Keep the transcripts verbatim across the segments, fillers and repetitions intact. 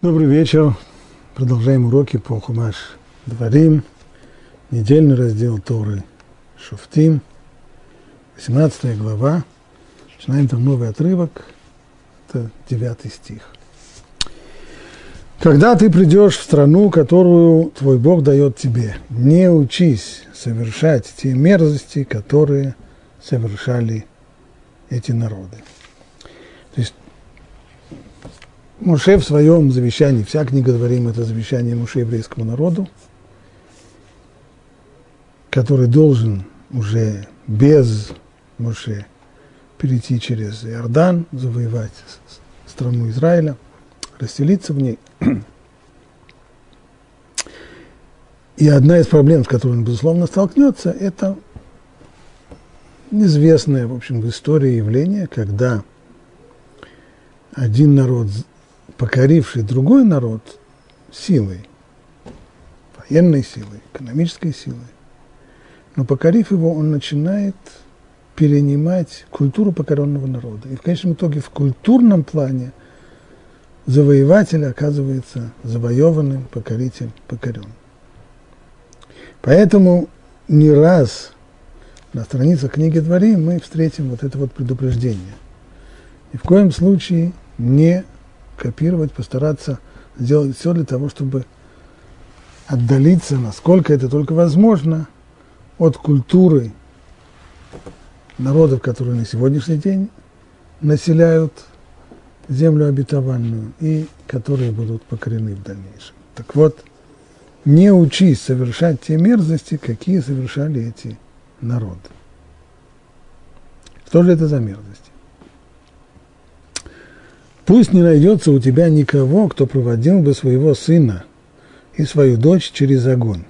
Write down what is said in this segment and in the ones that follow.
Добрый вечер. Продолжаем уроки по Хумаш Дворим. Недельный раздел Торы Шуфтим. восемнадцатая глава. Начинаем там новый отрывок. Это девятый стих. Когда ты придешь в страну, которую твой Бог дает тебе, не учись совершать те мерзости, которые совершали эти народы. То есть Моше в своем завещании, вся книга Дворим – это завещание Моше еврейскому народу, который должен уже без Моше перейти через Иордан, завоевать страну Израиля, расселиться в ней. И одна из проблем, с которой он, безусловно, столкнется, это известное, в общем, в истории явление, когда один народ, покоривший другой народ силой, военной силой, экономической силой, но покорив его, он начинает перенимать культуру покоренного народа. И в конечном итоге в культурном плане завоеватель оказывается завоеванным, покоритель покорен. Поэтому не раз на страницах книги Дворим мы встретим вот это вот предупреждение. Ни в коем случае не копировать, постараться сделать все для того, чтобы отдалиться, насколько это только возможно, от культуры народов, которые на сегодняшний день населяют землю обетованную и которые будут покорены в дальнейшем. Так вот, не учись совершать те мерзости, какие совершали эти народы. Что же это за мерзости? Пусть не найдется у тебя никого, кто проводил бы своего сына и свою дочь через огонь.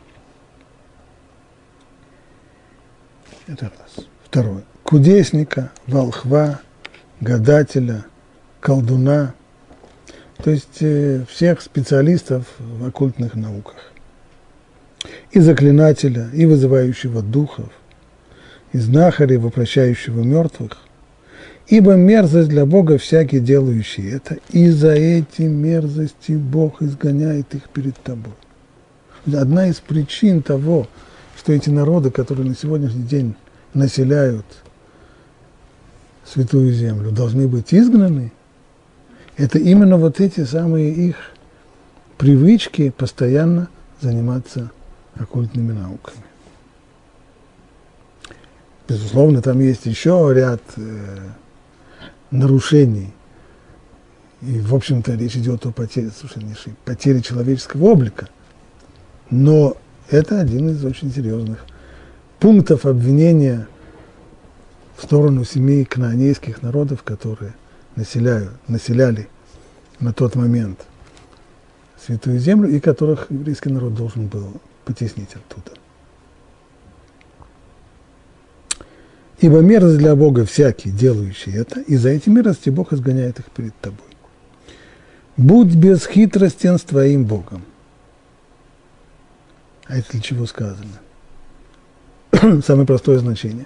Это раз. Второе. Кудесника, волхва, гадателя, колдуна, то есть э, всех специалистов в оккультных науках. И заклинателя, и вызывающего духов, и знахаря, воплощающего мертвых. Ибо мерзость для Бога всякий делающий это, и за эти мерзости Бог изгоняет их перед тобой. Одна из причин того, что эти народы, которые на сегодняшний день населяют Святую Землю, должны быть изгнаны, это именно вот эти самые их привычки постоянно заниматься оккультными науками. Безусловно, там есть еще ряд э, нарушений. И, в общем-то, речь идет о потере, совершеннейшей потере человеческого облика. Но это один из очень серьезных пунктов обвинения в сторону семей кнаанейских народов, которые населяют, населяли на тот момент Святую Землю, и которых еврейский народ должен был потеснить оттуда. Ибо мерзость для Бога всякий, делающий это, и за эти мерзости Бог изгоняет их перед тобой. Будь бесхитростен с твоим Богом. А это для чего сказано? Самое простое значение.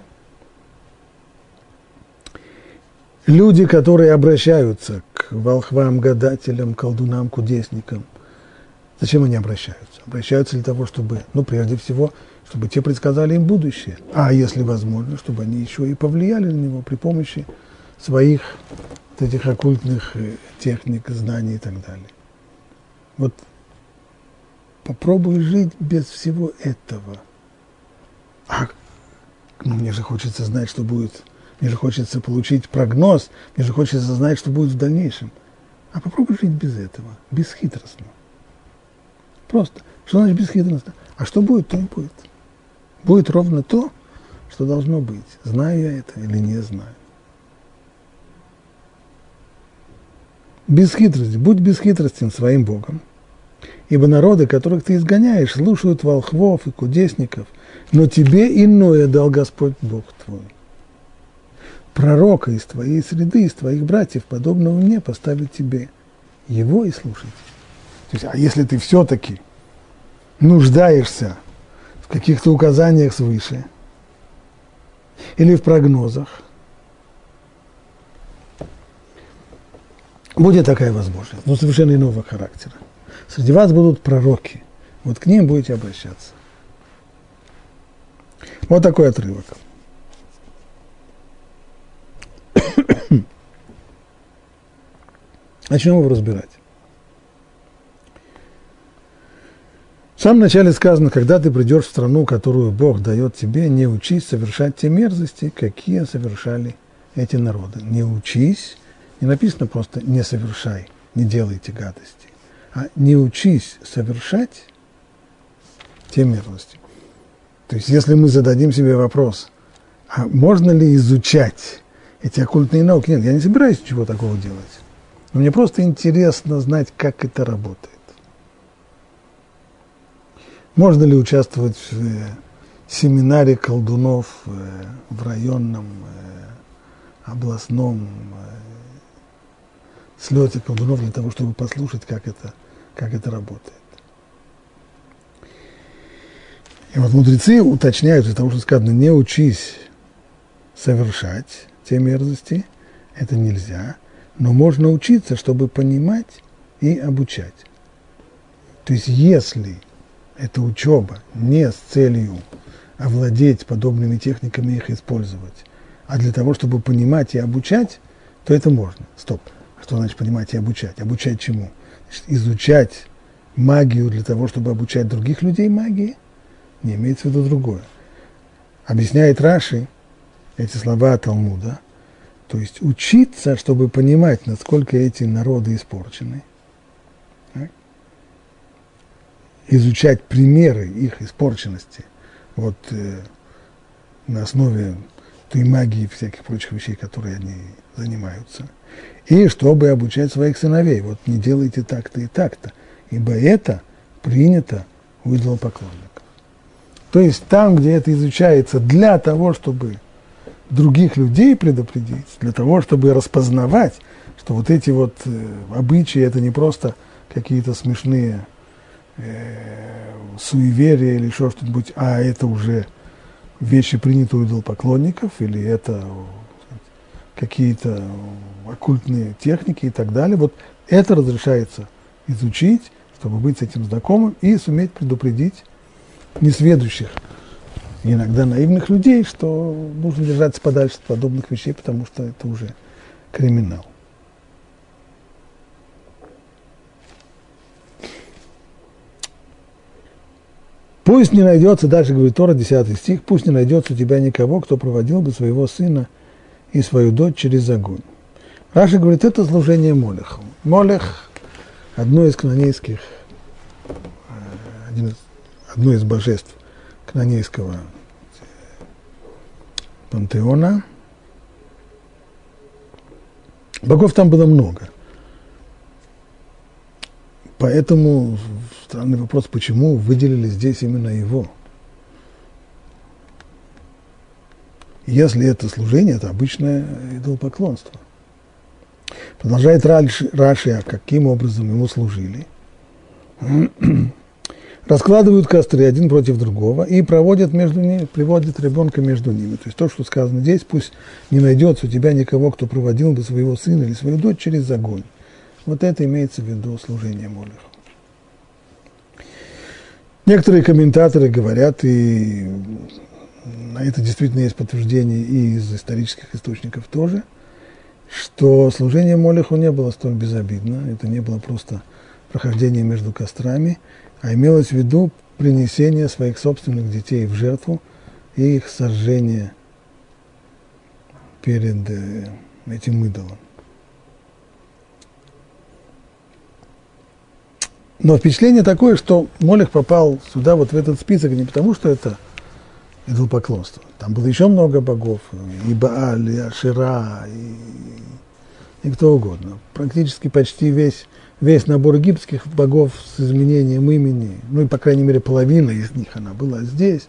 Люди, которые обращаются к волхвам, гадателям, колдунам, кудесникам, зачем они обращаются? Обращаются для того, чтобы, ну, прежде всего, чтобы те предсказали им будущее, а если возможно, чтобы они еще и повлияли на него при помощи своих вот этих оккультных техник, знаний и так далее. Вот попробуй жить без всего этого. А ну, мне же хочется знать, что будет, мне же хочется получить прогноз, мне же хочется знать, что будет в дальнейшем. А попробуй жить без этого, бесхитростно. Просто. Что значит бесхитростно? А что будет, то и будет. Будет ровно то, что должно быть. Знаю я это или не знаю. Бесхитрости. Будь бесхитростен своим Богом. Ибо народы, которых ты изгоняешь, слушают волхвов и кудесников, но тебе иное дал Господь Бог твой. Пророка из твоей среды, из твоих братьев, подобного мне, поставит тебе его и слушайте. То есть, а если ты все-таки нуждаешься в каких-то указаниях свыше или в прогнозах, будет такая возможность, но совершенно иного характера. Среди вас будут пророки, вот к ним будете обращаться. Вот такой отрывок. Начнем его разбирать. В самом начале сказано, когда ты придешь в страну, которую Бог дает тебе, не учись совершать те мерзости, какие совершали эти народы. Не учись, не написано просто не совершай, не делайте гадости, а не учись совершать те мерзости. То есть, если мы зададим себе вопрос, а можно ли изучать эти оккультные науки? Нет, я не собираюсь ничего такого делать. Но мне просто интересно знать, как это работает. Можно ли участвовать в семинаре колдунов в районном, областном слете колдунов для того, чтобы послушать, как это, как это работает? И вот мудрецы уточняют из того, что сказано, не учись совершать те мерзости, это нельзя, но можно учиться, чтобы понимать и обучать. То есть, если эта учеба не с целью овладеть подобными техниками и их использовать, а для того, чтобы понимать и обучать, то это можно. Стоп. А что значит понимать и обучать? Обучать чему? Значит, изучать магию для того, чтобы обучать других людей магии? Не, имеется в виду другое. Объясняет Раши эти слова Талмуда, то есть учиться, чтобы понимать, насколько эти народы испорчены, так? Изучать примеры их испорченности вот, э, на основе той магии и всяких прочих вещей, которые они занимаются, и чтобы обучать своих сыновей, вот не делайте так-то и так-то, ибо это принято у идолопоклонников. То есть там, где это изучается для того, чтобы других людей предупредить, для того, чтобы распознавать, что вот эти вот э, обычаи, это не просто какие-то смешные э, суеверия или еще что-нибудь, а это уже вещи, принятые у идолопоклонников, или это какие-то оккультные техники и так далее. Вот это разрешается изучить, чтобы быть с этим знакомым и суметь предупредить несведущих, иногда наивных людей, что нужно держаться подальше от подобных вещей, потому что это уже криминал. Пусть не найдется, дальше говорит Тора, десятый стих, пусть не найдется у тебя никого, кто проводил бы своего сына и свою дочь через огонь. Раши говорит, это служение Молеху. Молех – одно из кнаанейских, один из одно из божеств кнаанейского пантеона. Богов там было много. Поэтому странный вопрос, почему выделили здесь именно его. Если это служение, это обычное идолопоклонство. Продолжает Раши, а каким образом ему служили. Раскладывают костры один против другого и проводят между ними, приводят ребенка между ними. То есть то, что сказано здесь, пусть не найдется у тебя никого, кто проводил бы своего сына или свою дочь через огонь. Вот это имеется в виду служение Молеху. Некоторые комментаторы говорят, и на это действительно есть подтверждение и из исторических источников тоже, что служение Молеху не было столь безобидно, это не было просто прохождение между кострами, а имелось в виду принесение своих собственных детей в жертву и их сожжение перед э, этим идолом. Но впечатление такое, что Молех попал сюда, вот в этот список, не потому, что это идолопоклонство. Там было еще много богов, и Бааль, и Ашера, и, и кто угодно. Практически почти весь Весь набор египетских богов с изменением имени, ну и, по крайней мере, половина из них, она была здесь.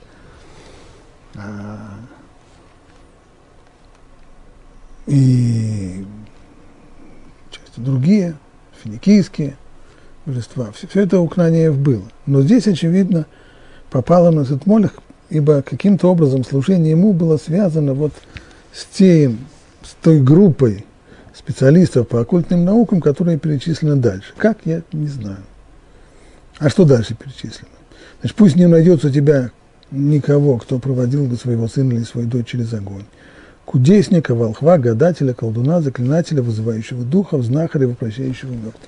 И часто другие, финикийские божества. Все, все это у кнаанеев было. Но здесь, очевидно, попало на этот Молех, ибо каким-то образом служение ему было связано вот с, тем, с той группой специалистов по оккультным наукам, которые перечислены дальше. Как, я не знаю. А что дальше перечислено? Значит, пусть не найдется у тебя никого, кто проводил бы своего сына или свою дочь через огонь. Кудесника, волхва, гадателя, колдуна, заклинателя, вызывающего духов, знахаря, воплощающего мертвых.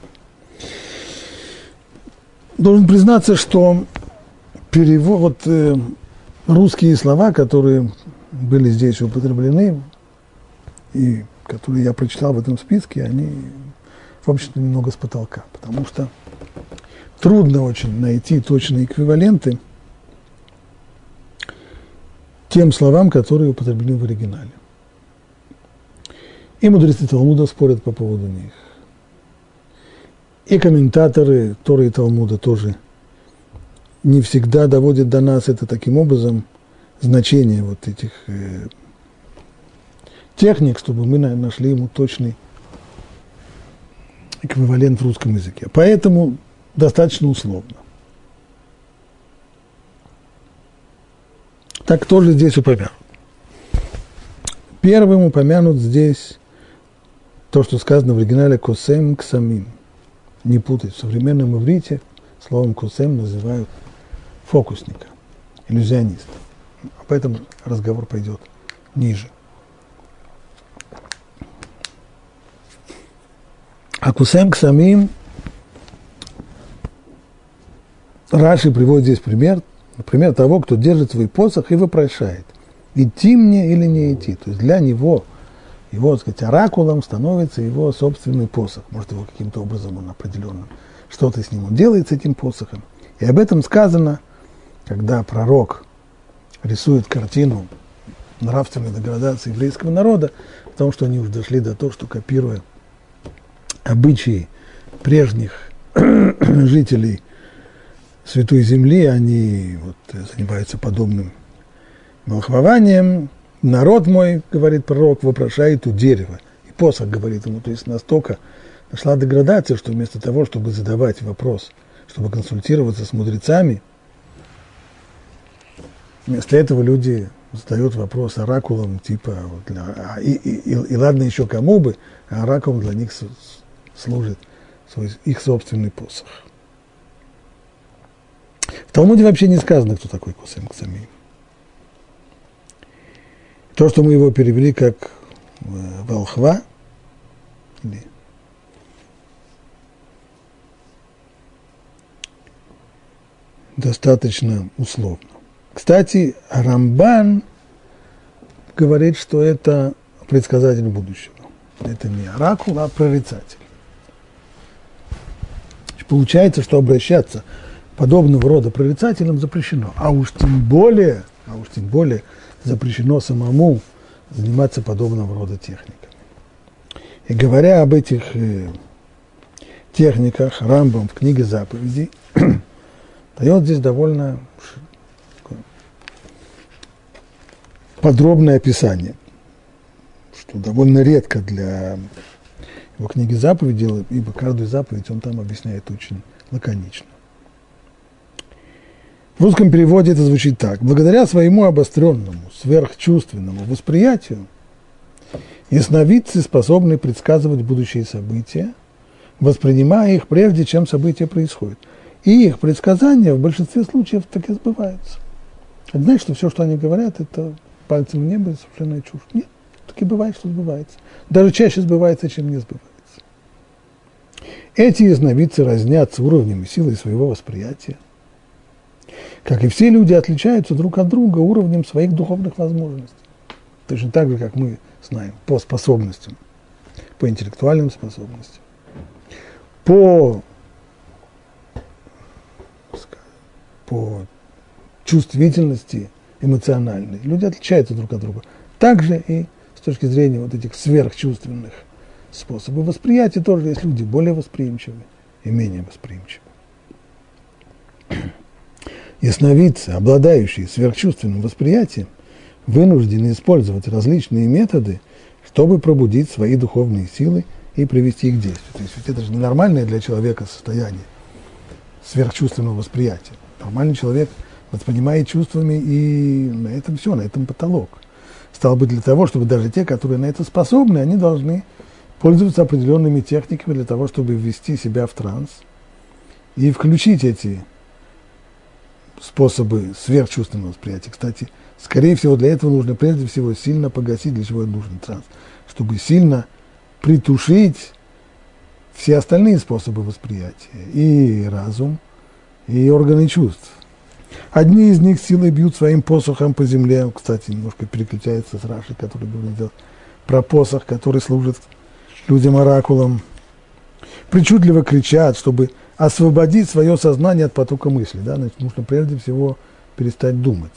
Должен признаться, что перевод, вот, э, русские слова, которые были здесь употреблены, и которые я прочитал в этом списке, они, в общем-то, немного с потолка, потому что трудно очень найти точные эквиваленты тем словам, которые употреблены в оригинале. И мудрецы Талмуда спорят по поводу них. И комментаторы Торы и Талмуда тоже не всегда доводят до нас это таким образом, значение вот этих э, техник, чтобы мы нашли ему точный эквивалент в русском языке. Поэтому достаточно условно. Так кто же здесь упомянут? Первым упомянут здесь то, что сказано в оригинале «косем ксамим». Не путать, в современном иврите словом «косем» называют фокусника, иллюзиониста. Об этом разговор пойдет ниже. А «косем ксамим» Раши приводит здесь пример, например, того, кто держит свой посох и вопрошает, идти мне или не идти. То есть для него, его, так сказать, оракулом становится его собственный посох. Может, его каким-то образом он определенным, что-то с ним он делает, с этим посохом. И об этом сказано, когда пророк рисует картину нравственной деградации еврейского народа, потому что они уже дошли до того, что, копируя обычаи прежних жителей Святой Земли, они вот занимаются подобным волхвованием. Народ мой, говорит пророк, вопрошает у дерева. И посох говорит ему, то есть настолько нашла деградация, что вместо того, чтобы задавать вопрос, чтобы консультироваться с мудрецами, вместо этого люди задают вопрос оракулам, типа, вот для, и, и, и, и ладно еще кому бы, а оракулом для них служит свой, их собственный посох. В Талмуде вообще не сказано, кто такой косем ксамим. То, что мы его перевели как волхва, или достаточно условно. Кстати, Рамбан говорит, что это предсказатель будущего. Это не оракул, а прорицатель. Получается, что обращаться подобного рода прорицателям запрещено. А уж тем более, а уж тем более запрещено самому заниматься подобного рода техниками. И говоря об этих э, техниках, Рамбам в книге заповедей дает здесь довольно подробное описание, что довольно редко для его книги заповедей, ибо каждую заповедь он там объясняет очень лаконично. В русском переводе это звучит так. Благодаря своему обостренному, сверхчувственному восприятию ясновидцы способны предсказывать будущие события, воспринимая их прежде, чем события происходят. И их предсказания в большинстве случаев таки сбываются. Это значит, что все, что они говорят, это пальцем в небо и совершенная чушь. Нет, таки бывает, что сбывается. Даже чаще сбывается, чем не сбывается. Эти ясновидцы разнятся уровнем и силой своего восприятия. Как и все люди отличаются друг от друга уровнем своих духовных возможностей. Точно так же, как мы знаем, по способностям, по интеллектуальным способностям, по, по чувствительности эмоциональной. Люди отличаются друг от друга. Также и с точки зрения вот этих сверхчувственных способов восприятия тоже есть люди более восприимчивые и менее восприимчивые. Ясновидцы, обладающие сверхчувственным восприятием, вынуждены использовать различные методы, чтобы пробудить свои духовные силы и привести их к действию. То есть это же ненормальное для человека состояние сверхчувственного восприятия. Нормальный человек воспринимает чувствами, и на этом все, на этом потолок. Стало быть, для того, чтобы даже те, которые на это способны, они должны пользоваться определенными техниками для того, чтобы ввести себя в транс и включить эти способы сверхчувственного восприятия. Кстати, скорее всего, для этого нужно прежде всего сильно погасить, для чего нужен транс, чтобы сильно притушить все остальные способы восприятия, и разум, и органы чувств. Одни из них силой бьют своим посохом по земле, кстати, немножко переключается с Раши, который говорит про посох, который служит людям оракулом. Причудливо кричат, чтобы освободить свое сознание от потока мысли. Да? Значит, нужно прежде всего перестать думать.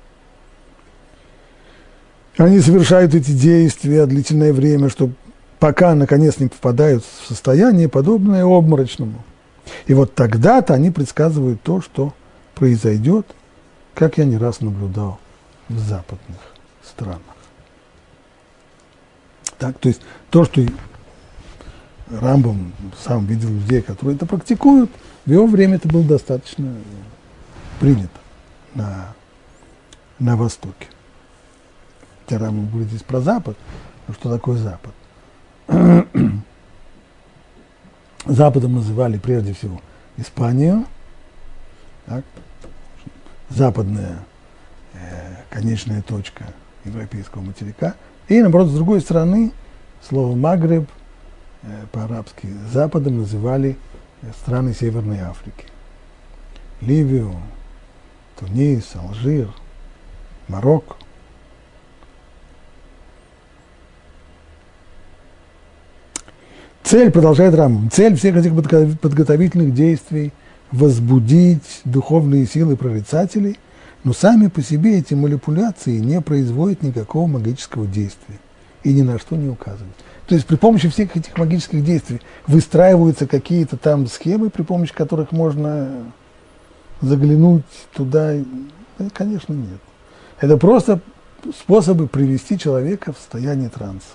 Они совершают эти действия длительное время, чтобы пока, наконец, не попадают в состояние, подобное обморочному. И вот тогда-то они предсказывают то, что произойдет, как я не раз наблюдал в западных странах. Так, то есть то, что Рамбам сам видел людей, которые это практикуют, в его время это было достаточно принято на, на Востоке. Хотя Рамбам говорит здесь про Запад, но что такое Запад? Западом называли прежде всего Испанию, так, западная э, конечная точка европейского материка, и, наоборот, с другой стороны, слово «Магреб» э, по-арабски Западом называли страны Северной Африки. Ливию, Тунис, Алжир, Марокко. Цель, продолжает Рамбам, цель всех этих подготовительных действий – возбудить духовные силы прорицателей, но сами по себе эти манипуляции не производят никакого магического действия и ни на что не указывают. То есть при помощи всех этих магических действий выстраиваются какие-то там схемы, при помощи которых можно заглянуть туда. Да, конечно, нет. Это просто способы привести человека в состояние транса.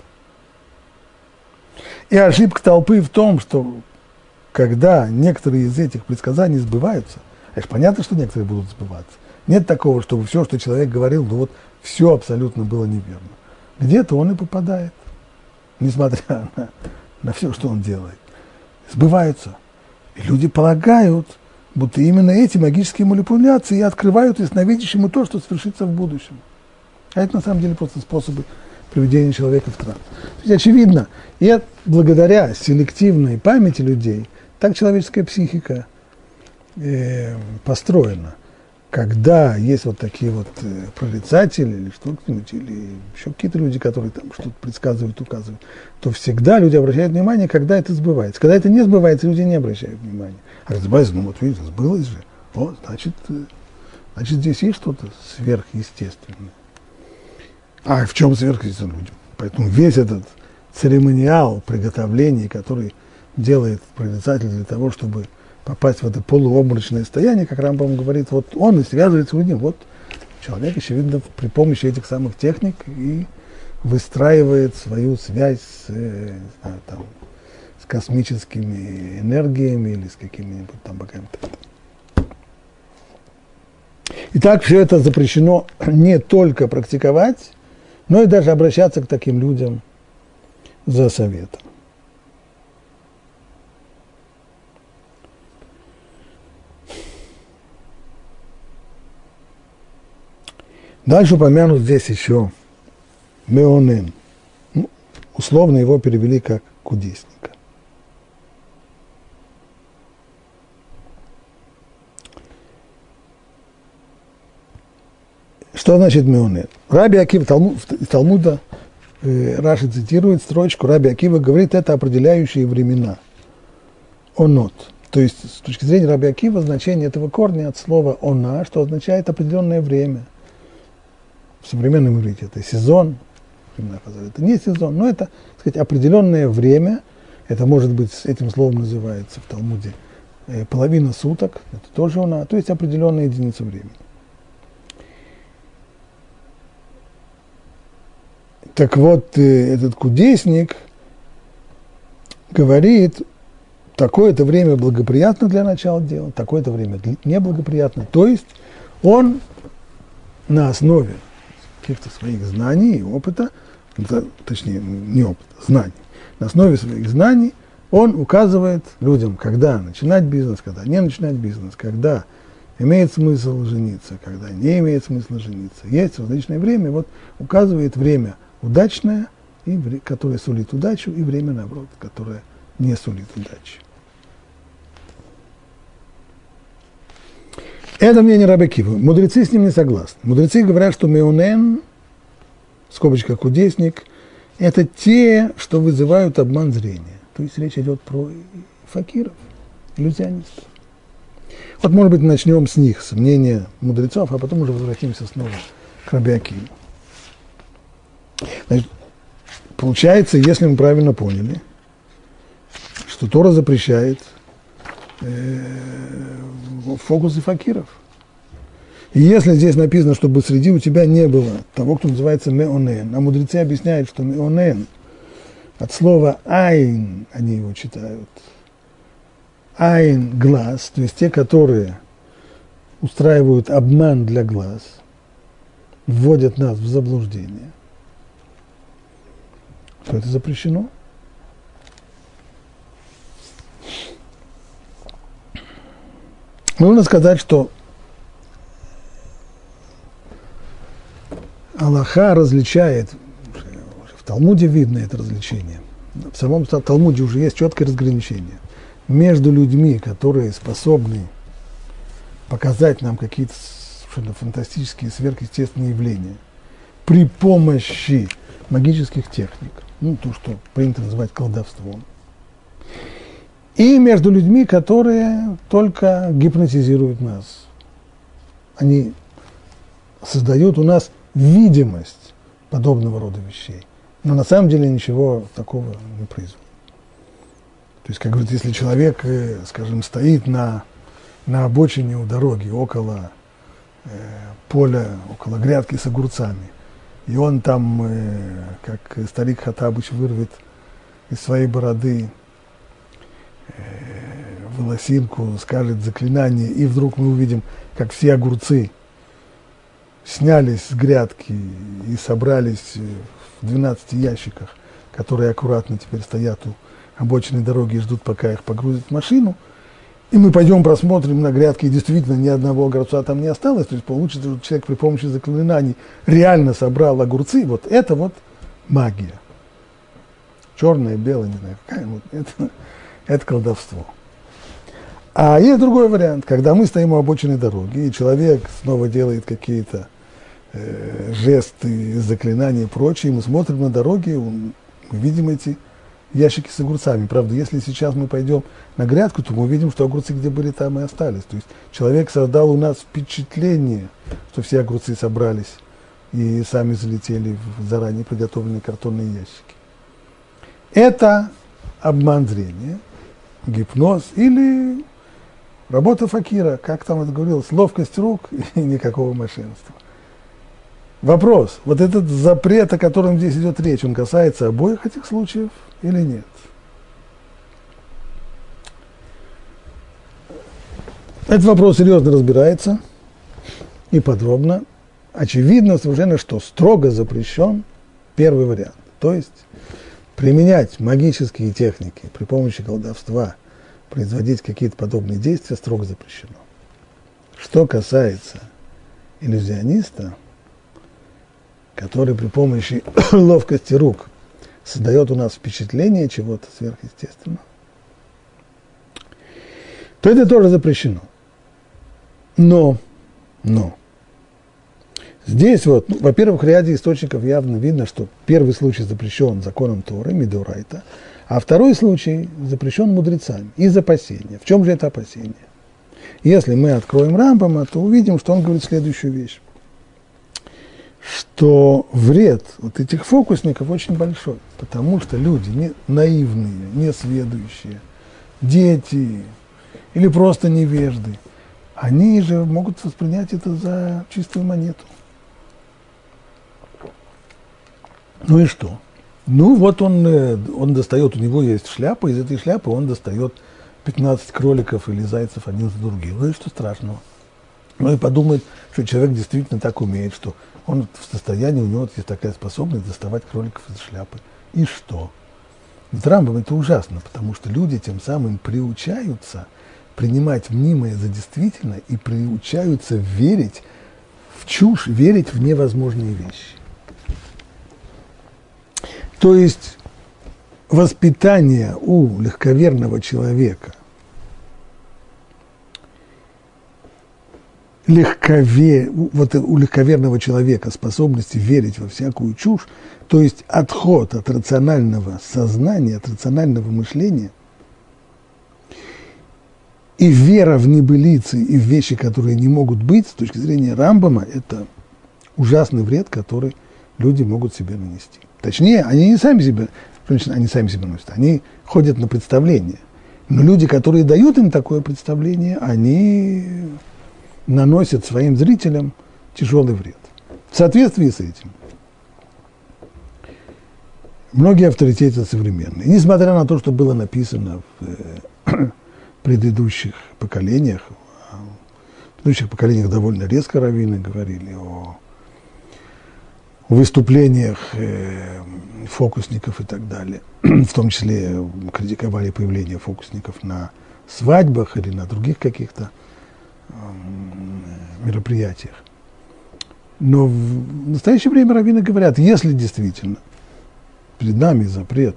И ошибка толпы в том, что когда некоторые из этих предсказаний сбываются, это понятно, что некоторые будут сбываться. Нет такого, чтобы все, что человек говорил, ну вот все абсолютно было неверно. Где-то он и попадает, несмотря на, на все, что он делает. Сбываются. И люди полагают, будто именно эти магические манипуляции открывают ясновидящему то, что свершится в будущем. А это на самом деле просто способы приведения человека в транс. То есть, очевидно, и благодаря селективной памяти людей, так человеческая психика э, построена. Когда есть вот такие вот э, прорицатели или что-нибудь, или еще какие-то люди, которые там что-то предсказывают, указывают, то всегда люди обращают внимание, когда это сбывается. Когда это не сбывается, люди не обращают внимания. А когда сбывается, ну вот видите, сбылось же. О, значит, э, значит, здесь есть что-то сверхъестественное. А в чем сверхъестественное людям? Поэтому весь этот церемониал приготовления, который делает прорицатель для того, чтобы попасть в это полуобморочное состояние, как Рамбам говорит, вот он и связывается с ним. Вот человек, очевидно, при помощи этих самых техник и выстраивает свою связь с, не знаю, там, с космическими энергиями или с какими-нибудь там богами. Итак, все это запрещено не только практиковать, но и даже обращаться к таким людям за советом. Дальше упомянут здесь еще Меонен. Ну, условно его перевели как кудесника. Что значит Меонен? Раби Акива, Талмуд, из Талмуда э, Раши цитирует строчку, Раби Акива говорит, это определяющие времена. Онот. То есть, с точки зрения Раби Акива, значение этого корня от слова она, что означает определенное время. В современном иврите это сезон, это не сезон, но это, так сказать, определенное время. Это может быть, этим словом называется в Талмуде э, половина суток, это тоже она, то есть определенная единица времени. Так вот, этот кудесник говорит, такое-то время благоприятно для начала дела, такое-то время неблагоприятно. То есть он на основе каких-то своих знаний и опыта, точнее, не опыта, знаний, На основе своих знаний он указывает людям, когда начинать бизнес, когда не начинать бизнес, когда имеет смысл жениться, когда не имеет смысла жениться. Есть различное время, вот указывает время удачное, и, которое сулит удачу, и время, наоборот, которое не сулит удачи. Это мнение Раби Акивы. Мудрецы с ним не согласны. Мудрецы говорят, что меонен, в скобочках кудесник, это те, что вызывают обман зрения. То есть речь идет про факиров, иллюзионистов. Вот, может быть, начнем с них, с мнения мудрецов, а потом уже возвратимся снова к Раби Акиве. Значит, получается, если мы правильно поняли, что Тора запрещает э, фокусы факиров. И если здесь написано, чтобы среди у тебя не было того, кто называется меонен, а мудрецы объясняют, что меонен от слова айн, они его читают, айн – глаз, то есть те, которые устраивают обман для глаз, вводят нас в заблуждение, то это запрещено. Нужно сказать, что Аллаха различает, в Талмуде видно это различение, в самом Талмуде уже есть четкое разграничение между людьми, которые способны показать нам какие-то совершенно фантастические сверхъестественные явления при помощи магических техник, ну, то, что принято называть колдовством, и между людьми, которые только гипнотизируют нас. Они создают у нас видимость подобного рода вещей, но на самом деле ничего такого не производит. То есть, как говорится, если человек, скажем, стоит на, на обочине у дороги, около э, поля, около грядки с огурцами, и он там, э, как старик Хаттабыч, вырвет из своей бороды волосинку, скажет заклинание, и вдруг мы увидим, как все огурцы снялись с грядки и собрались в двенадцати ящиках, которые аккуратно теперь стоят у обочины дороги и ждут, пока их погрузят в машину, и мы пойдем просмотрим на грядке, и действительно ни одного огурца там не осталось, то есть получится, что человек при помощи заклинаний реально собрал огурцы, вот это вот магия. Черное, белое, не знаю, какая, вот это... Это колдовство. А есть другой вариант, когда мы стоим у обочины дороги, и человек снова делает какие-то э, жесты, заклинания и прочее, и мы смотрим на дороге, мы видим эти ящики с огурцами. Правда, если сейчас мы пойдем на грядку, то мы увидим, что огурцы где были, там и остались. То есть человек создал у нас впечатление, что все огурцы собрались и сами залетели в заранее приготовленные картонные ящики. Это обман зрения, гипноз или работа факира, как там это говорилось, ловкость рук и никакого мошенничества. Вопрос, вот этот запрет, о котором здесь идет речь, он касается обоих этих случаев или нет? Этот вопрос серьезно разбирается и подробно. Очевидно совершенно, что строго запрещен первый вариант, то есть применять магические техники при помощи колдовства, производить какие-то подобные действия строго запрещено. Что касается иллюзиониста, который при помощи ловкости рук создает у нас впечатление чего-то сверхъестественного, то это тоже запрещено. Но, но, здесь вот, ну, во-первых, в ряде источников явно видно, что первый случай запрещен законом Торы, Мидорайта, а второй случай запрещен мудрецами из опасения. В чем же это опасение? Если мы откроем Рамбама, то увидим, что он говорит следующую вещь, что вред вот этих фокусников очень большой, потому что люди не, наивные, несведущие, дети или просто невежды, они же могут воспринять это за чистую монету. Ну и что? Ну вот он, он достает, у него есть шляпа, из этой шляпы он достает пятнадцать кроликов или зайцев один за другим. Ну и что страшного? Ну и подумает, что человек действительно так умеет, что он в состоянии, у него есть такая способность доставать кроликов из шляпы. И что? Но Рамбам это ужасно, потому что люди тем самым приучаются принимать мнимое за действительное и приучаются верить в чушь, верить в невозможные вещи. То есть воспитание у легковерного человека, легкове, вот у легковерного человека способности верить во всякую чушь, то есть отход от рационального сознания, от рационального мышления, и вера в небылицы и в вещи, которые не могут быть, с точки зрения Рамбама, это ужасный вред, который люди могут себе нанести. Точнее, они не сами себе, они сами себе наносят, они ходят на представление. Но люди, которые дают им такое представление, они наносят своим зрителям тяжелый вред. В соответствии с этим многие авторитеты современные, несмотря на то, что было написано в предыдущих поколениях, в предыдущих поколениях довольно резко раввины говорили о выступлениях э, фокусников и так далее, в том числе критиковали появление фокусников на свадьбах или на других каких-то э, мероприятиях. Но в настоящее время раввины говорят, если действительно перед нами запрет,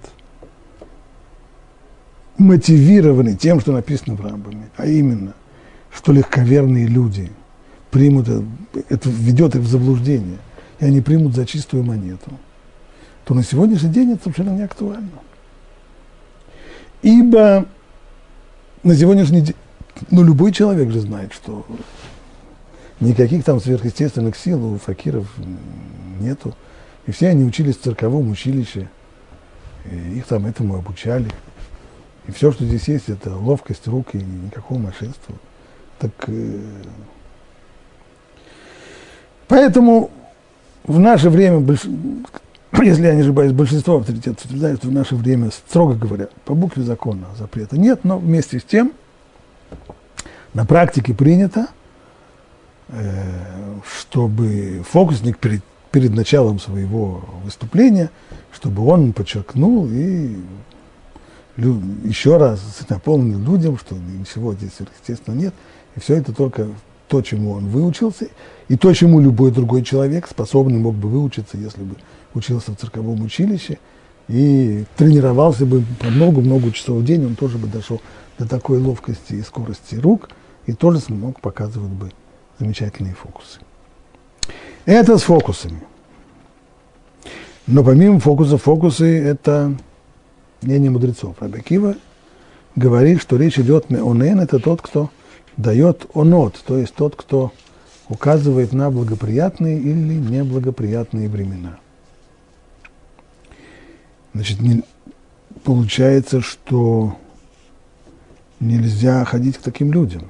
мотивированный тем, что написано в Рамбаме, а именно, что легковерные люди примут, это введет их в заблуждение, и они примут за чистую монету, то на сегодняшний день это совершенно не актуально. Ибо на сегодняшний день, ну, любой человек же знает, что никаких там сверхъестественных сил у факиров нету. И все они учились в цирковом училище, и их там этому обучали. И все, что здесь есть, это ловкость рук и никакого мошенства. Так, э, поэтому в наше время, больш... если я не ошибаюсь, большинство авторитетов утверждают, что в наше время, строго говоря, по букве закона запрета нет, но вместе с тем на практике принято, э, чтобы фокусник перед, перед началом своего выступления, чтобы он подчеркнул и еще раз напомнил людям, что ничего здесь сверхъестественного нет, и все это только то, чему он выучился, и то, чему любой другой человек способный мог бы выучиться, если бы учился в цирковом училище и тренировался бы по много-много часов в день, он тоже бы дошел до такой ловкости и скорости рук, и тоже смог показывать бы замечательные фокусы. Это с фокусами. Но помимо фокусов, фокусы – это мнение мудрецов. Раби Акива говорит, что речь идет меонен, это тот, кто дает онот, то есть тот, кто указывает на благоприятные или неблагоприятные времена. Значит, не, получается, что нельзя ходить к таким людям.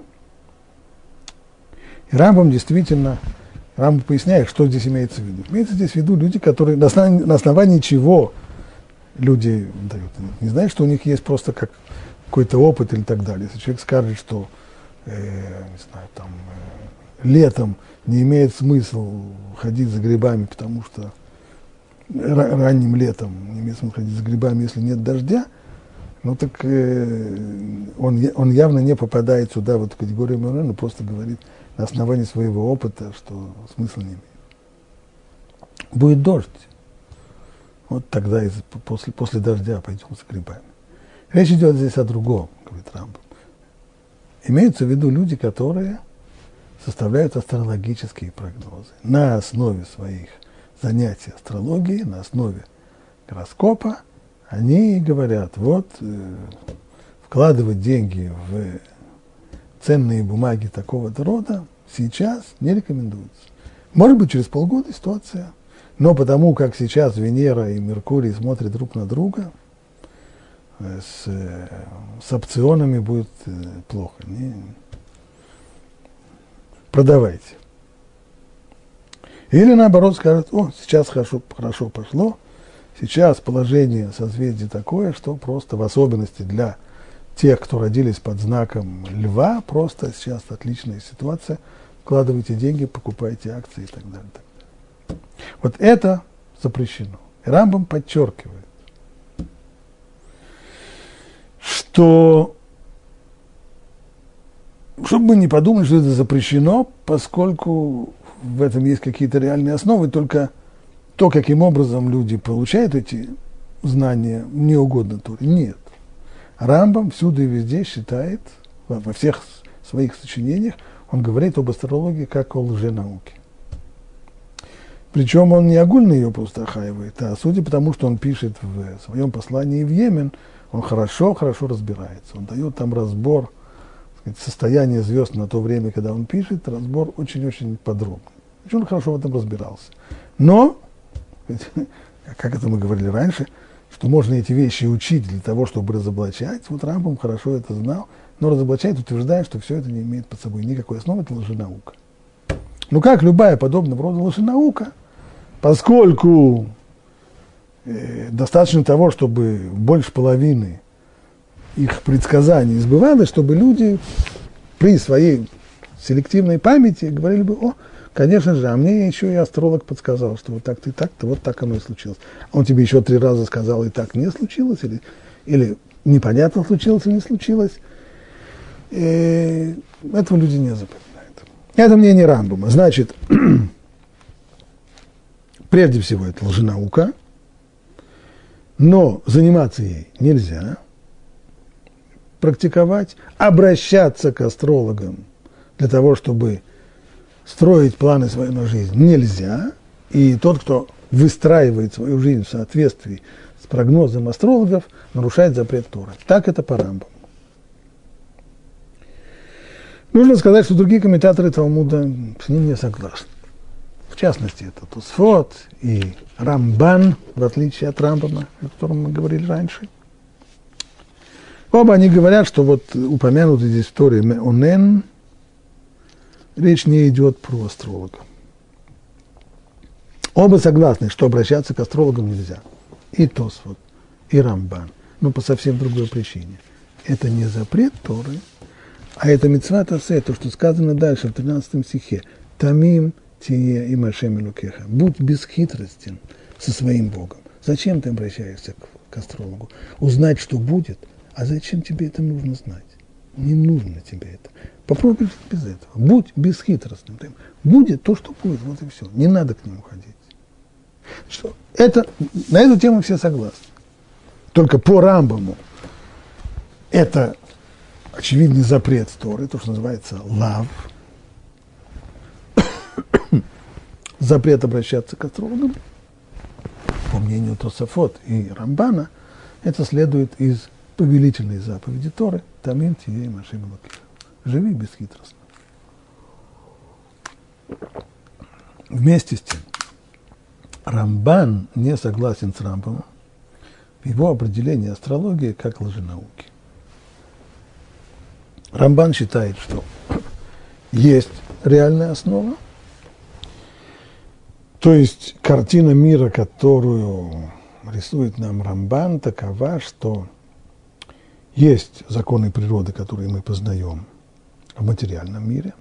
И Рамбам действительно, Рамбам поясняет, что здесь имеется в виду. Имеется здесь в виду люди, которые, на основании, на основании чего люди дают. Не знают, что у них есть просто как какой-то опыт или так далее. Если человек скажет, что э, не знаю, там, э, летом не имеет смысла ходить за грибами, потому что ранним летом не имеет смысла ходить за грибами, если нет дождя, ну так э, он, он явно не попадает сюда, в эту категорию Морена, но просто говорит на основании своего опыта, что смысла не имеет. Будет дождь. Вот тогда из, после, после дождя пойдем за грибами. Речь идет здесь о другом, говорит Рамбам. Имеются в виду люди, которые составляют астрологические прогнозы. На основе своих занятий астрологией, на основе гороскопа, они говорят, вот, э, вкладывать деньги в ценные бумаги такого-то рода сейчас не рекомендуется. Может быть, через полгода ситуация. Но потому как сейчас Венера и Меркурий смотрят друг на друга, с, с опционами будет плохо. Не, продавайте. Или наоборот скажут, о, сейчас хорошо, хорошо пошло, сейчас положение созвездия такое, что просто в особенности для тех, кто родились под знаком льва, просто сейчас отличная ситуация, вкладывайте деньги, покупайте акции и так далее. Так далее. Вот это запрещено. И Рамбам подчеркивает, что, чтобы мы не подумали, что это запрещено, поскольку в этом есть какие-то реальные основы, только то, каким образом люди получают эти знания, не угодно Торе. Нет. Рамбам всюду и везде считает, во всех своих сочинениях, он говорит об астрологии как о лженауке. Причем он не огульно ее просто охаивает, а судя по тому, что он пишет в своем послании в Йемен, он хорошо-хорошо разбирается. Он дает там разбор, так сказать, состояния звезд на то время, когда он пишет, разбор очень-очень подробный. Он хорошо в этом разбирался. Но, как это мы говорили раньше, что можно эти вещи учить для того, чтобы разоблачать, вот Рамбам хорошо это знал, но разоблачает, утверждая, что все это не имеет под собой никакой основы, это лженаука. Ну, как любая подобного рода лженаука, поскольку э, достаточно того, чтобы больше половины их предсказаний сбывалось, чтобы люди при своей селективной памяти говорили бы: о, конечно же, а мне еще и астролог подсказал, что вот так-то и так-то, вот так оно и случилось. Он тебе еще три раза сказал, и так не случилось, или, или непонятно, случилось или не случилось. И этого люди не запоминают. Это мнение Рамбама. Значит, прежде всего, это лженаука, но заниматься ей нельзя, практиковать, обращаться к астрологам для того, чтобы строить планы своей на жизнь, нельзя. И тот, кто выстраивает свою жизнь в соответствии с прогнозом астрологов, нарушает запрет Торы. Так это по Рамбаму. Нужно сказать, что другие комментаторы Талмуда с ним не согласны. В частности, это Тосфот и Рамбан, в отличие от Рамбама, о котором мы говорили раньше. Оба они говорят, что вот упомянутый здесь в Торе Меонен, речь не идет про астролога. Оба согласны, что обращаться к астрологам нельзя. И Тосфот, и Рамбан, но по совсем другой причине. Это не запрет Торы, а это мицва тасе, то, что сказано дальше в тринадцатом стихе. Тамим тие им Ашем элокеха. Будь бесхитростен со своим Богом. Зачем ты обращаешься к, к астрологу? Узнать, что будет? А зачем тебе это нужно знать? Не нужно тебе это. Попробуй без этого. Будь бесхитростным. Будет то, что будет, вот и все. Не надо к нему ходить. Что? Это, на эту тему все согласны. Только по Рамбаму это очевидный запрет Торы, то, что называется лав. Запрет обращаться к астрологам. По мнению Тосафот и Рамбана, это следует из повелительной заповеди Торы. Тамим тие им Ашем элокеха. Живи бесхитростно. Вместе с тем, Рамбан не согласен с Рамбамом в его определении астрологии как лженауки. Рамбан считает, что есть реальная основа, то есть картина мира, которую рисует нам Рамбан, такова, что есть законы природы, которые мы познаем в материальном мире,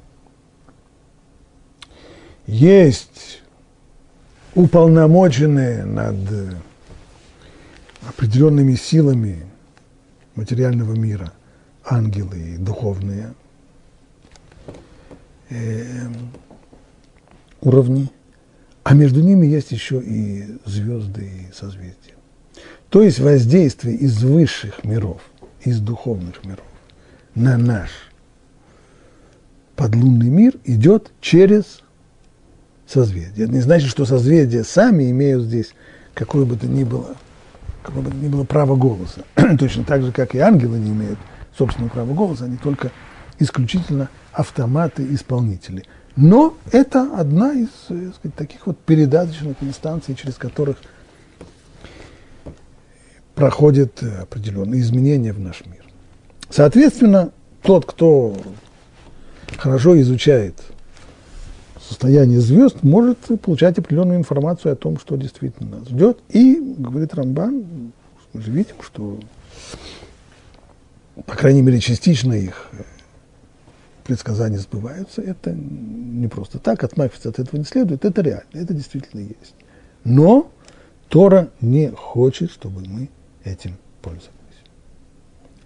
есть уполномоченные над определенными силами материального мира ангелы и духовные э, уровни, а между ними есть еще и звезды и созвездия. То есть воздействие из высших миров, из духовных миров на наш подлунный мир идет через созвездия. Это не значит, что созвездия сами имеют здесь какое бы то ни было, какое бы то ни было право голоса. Точно так же, как и ангелы не имеют собственного права голоса, они только исключительно автоматы-исполнители. Но это одна из, так сказать, таких вот передаточных инстанций, через которых проходят определенные изменения в наш мир. Соответственно, тот, кто хорошо изучает состояние звезд, может получать определенную информацию о том, что действительно нас ждет. И, говорит Рамбан, мы же видим, что, по крайней мере, частично их предсказания сбываются. Это не просто так, отмахиваться от этого не следует, это реально, это действительно есть. Но Тора не хочет, чтобы мы этим пользовались.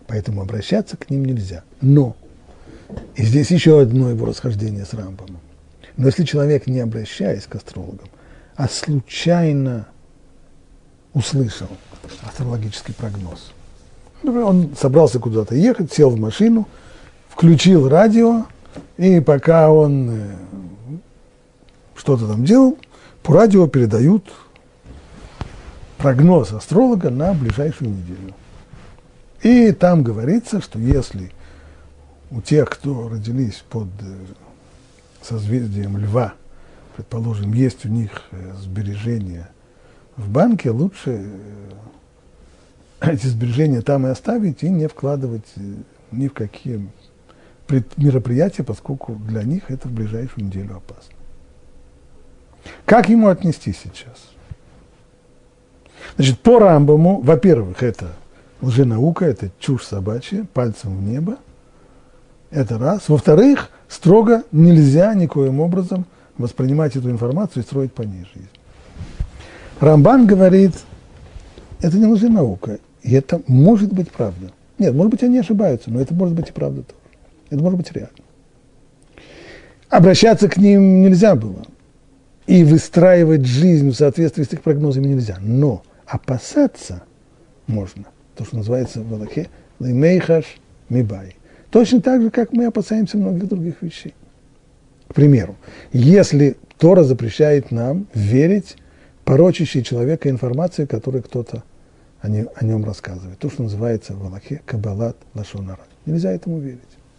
Поэтому обращаться к ним нельзя. Но, и здесь еще одно его расхождение с Рамбамом. Но если человек, не обращаясь к астрологам, а случайно услышал астрологический прогноз, например, он собрался куда-то ехать, сел в машину, включил радио, и пока он что-то там делал, по радио передают прогноз астролога на ближайшую неделю. И там говорится, что если у тех, кто родились под созвездием Льва, предположим, есть у них сбережения в банке, лучше эти сбережения там и оставить, и не вкладывать ни в какие мероприятия, поскольку для них это в ближайшую неделю опасно. Как ему отнести сейчас? Значит, по Рамбаму, во-первых, это лженаука, это чушь собачья, пальцем в небо. Это раз. Во-вторых, строго нельзя никоим образом воспринимать эту информацию и строить по ней жизнь. Рамбан говорит, это не лженаука, и это может быть правда. Нет, может быть, они ошибаются, но это может быть и правда тоже. Это может быть реально. Обращаться к ним нельзя было. И выстраивать жизнь в соответствии с их прогнозами нельзя. Но опасаться можно. То, что называется в Аллахе «леймейхаш мибай». Точно так же, как мы опасаемся многих других вещей. К примеру, если Тора запрещает нам верить порочащей человека информации, которую кто-то о нем, о нем рассказывает. То, что называется в Аллахе «кабалат лашон ара». Нельзя этому верить.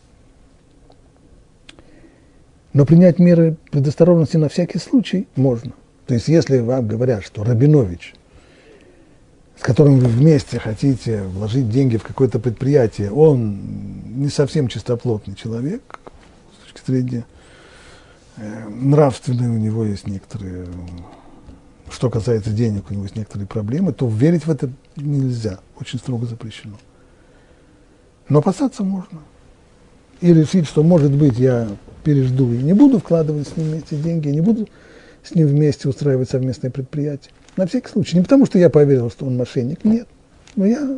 Но принять меры предосторожности на всякий случай можно. То есть, если вам говорят, что Рабинович, с которым вы вместе хотите вложить деньги в какое-то предприятие, он не совсем чистоплотный человек, с точки зрения э, нравственной у него есть некоторые, что касается денег, у него есть некоторые проблемы, то верить в это нельзя, очень строго запрещено. Но опасаться можно. И решить, что, может быть, я пережду и не буду вкладывать с ним эти деньги, не буду с ним вместе устраивать совместное предприятие. На всякий случай. Не потому, что я поверил, что он мошенник, нет. Но я...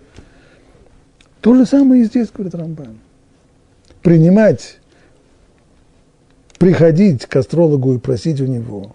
То же самое и здесь, говорит Рамбан. Принимать, приходить к астрологу и просить у него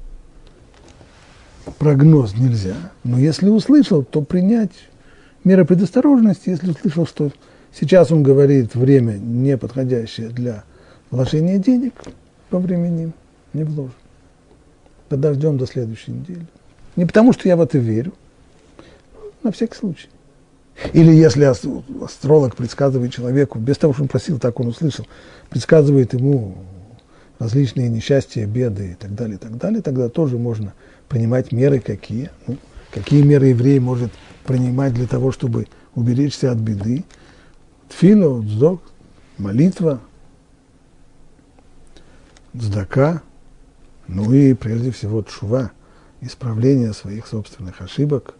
прогноз нельзя. Но если услышал, то принять меры предосторожности, если услышал, что сейчас он говорит время неподходящее для вложения денег, по времени не вложим. Подождем до следующей недели. Не потому, что я в это верю, на всякий случай. Или если астролог предсказывает человеку, без того, что он просил, так он услышал, предсказывает ему различные несчастья, беды и так далее, и так далее, тогда тоже можно принимать меры какие. Ну, какие меры еврей может принимать для того, чтобы уберечься от беды? Тфилу, дздок, молитва, цдака, ну и прежде всего тшува, исправление своих собственных ошибок,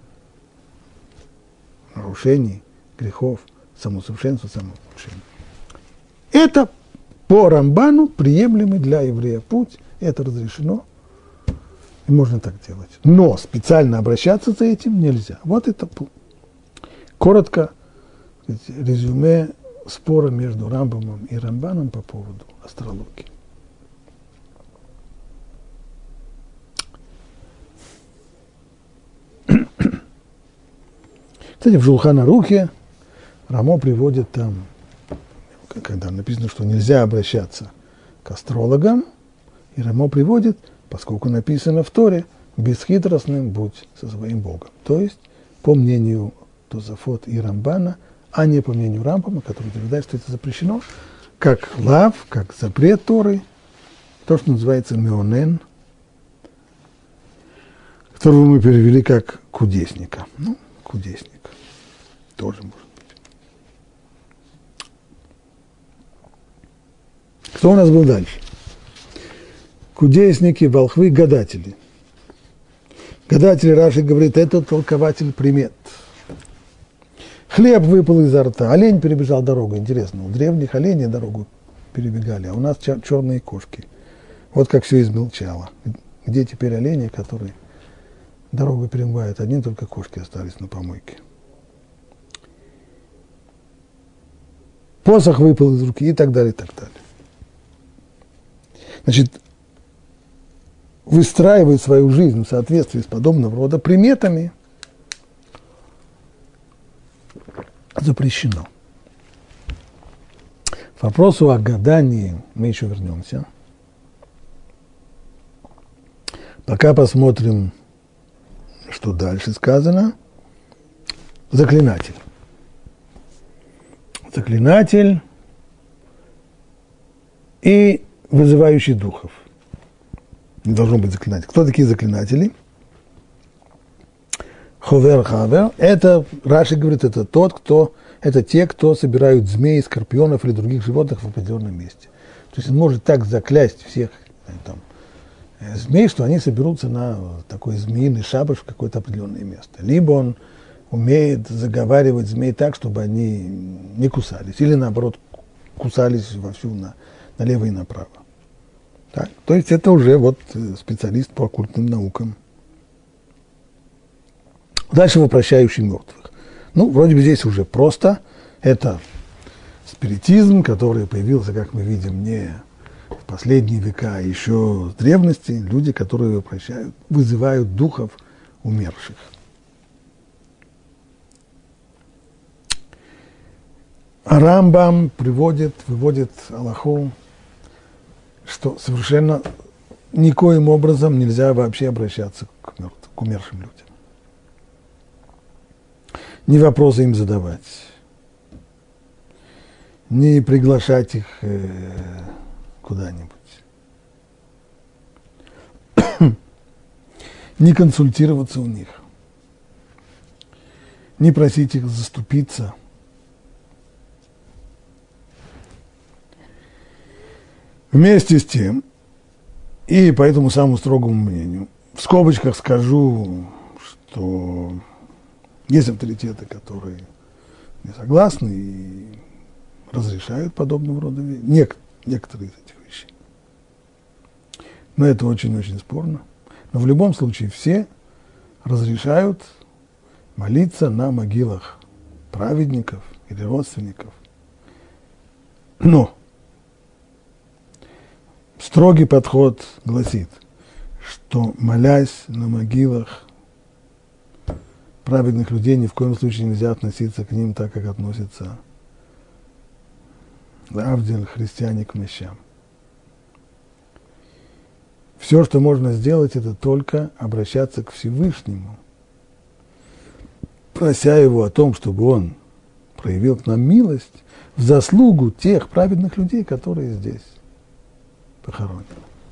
нарушений, грехов, самосовершенства, самоулучшения. Это по Рамбану приемлемый для еврея путь, это разрешено, и можно так делать. Но специально обращаться за этим нельзя. Вот это коротко резюме спора между Рамбамом и Рамбаном по поводу астрологии. Кстати, в Шулхан Арухе Рамо приводит там, когда написано, что нельзя обращаться к астрологам, и Рамо приводит, поскольку написано в Торе, бесхитростным будь со своим Богом. То есть, по мнению Тосафот и Рамбана, а не по мнению Рамбама, который утверждает, что это запрещено, как лав, как запрет Торы, то, что называется меонен, которого мы перевели как кудесника. Ну, кудесник. Тоже может быть. Кто у нас был дальше? Кудесники, волхвы, гадатели. Гадатели, Раши говорит, это толкователь примет. Хлеб выпал изо рта, олень перебежал дорогу. Интересно, у древних оленей дорогу перебегали, а у нас черные кошки. Вот как все измельчало. Где теперь олени, которые дорогу перебегают? Одни только кошки остались на помойке. посох выпал из руки и так далее, и так далее. Значит, выстраивать свою жизнь в соответствии с подобного рода приметами запрещено. К вопросу о гадании мы еще вернемся. Пока посмотрим, что дальше сказано. Заклинатель. Заклинатель и вызывающий духов. Не должно быть заклинателей. Кто такие заклинатели? Ховер хавер. Это, Раши говорит, это тот, кто, это те, кто собирают змей, скорпионов или других животных в определенном месте. То есть он может так заклясть всех там, змей, что они соберутся на такой змеиный шабаш в какое-то определенное место. Либо он умеет заговаривать змей так, чтобы они не кусались, или наоборот кусались вовсю на, налево и направо. Так, то есть это уже вот специалист по оккультным наукам. Дальше вопрощающий мертвых. Ну, вроде бы здесь уже просто. Это спиритизм, который появился, как мы видим, не в последние века, а еще в древности. Люди, которые вопрощают, вызывают духов умерших. Рамбам приводит, выводит алаху, что совершенно никоим образом нельзя вообще обращаться к, мертв, к умершим людям. Ни вопросы им задавать, ни приглашать их э, куда-нибудь, ни консультироваться у них, ни просить их заступиться. Вместе с тем, и по этому самому строгому мнению, в скобочках скажу, что есть авторитеты, которые не согласны и разрешают подобного рода вещи, Нек- некоторые из этих вещей. Но это очень-очень спорно. Но в любом случае все разрешают молиться на могилах праведников или родственников. Но строгий подход гласит, что, молясь на могилах праведных людей, ни в коем случае нельзя относиться к ним так, как относятся авдель, христиане к мощам. Все, что можно сделать, это только обращаться к Всевышнему, прося его о том, чтобы он проявил к нам милость в заслугу тех праведных людей, которые здесь похоронены.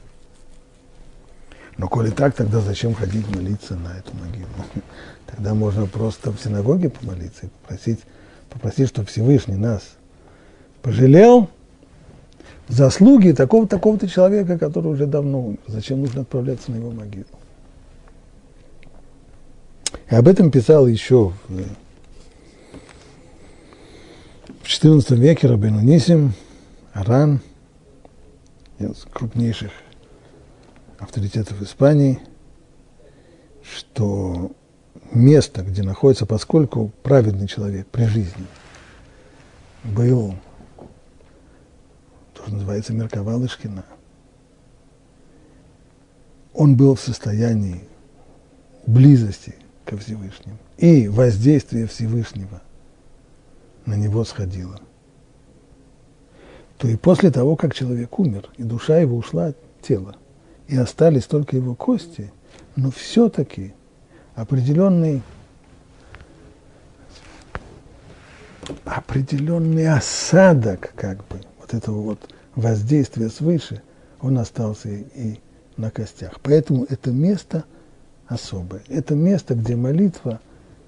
Но коли так, тогда зачем ходить молиться на эту могилу? Тогда можно просто в синагоге помолиться и попросить, попросить, чтобы Всевышний нас пожалел заслуги такого-то, такого-то человека, который уже давно умер. Зачем нужно отправляться на его могилу? И об этом писал еще в, в четырнадцатом веке Рабейну Нисим, Аран, один из крупнейших авторитетов Испании, что место, где находится, поскольку праведный человек при жизни был, то, что называется, мерковал Ишкина, он был в состоянии близости ко Всевышнему, и воздействие Всевышнего на него сходило, то и после того, как человек умер, и душа его ушла от тела, и остались только его кости, но все-таки определенный, определенный осадок, как бы, вот этого вот воздействия свыше, он остался и, и на костях. Поэтому это место особое. Это место, где молитва